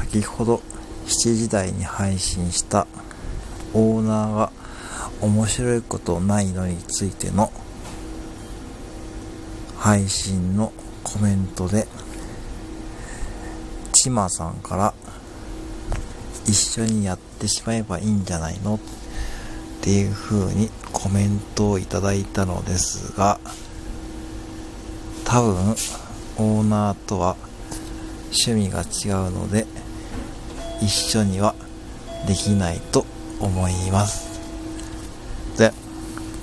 先ほど7時台に配信したオーナーが面白いことないのについての配信のコメントで、ちまさんから一緒にやってしまえばいいんじゃないのっていう風にコメントをいただいたのですが、多分オーナーとは趣味が違うので一緒にはできないと思います。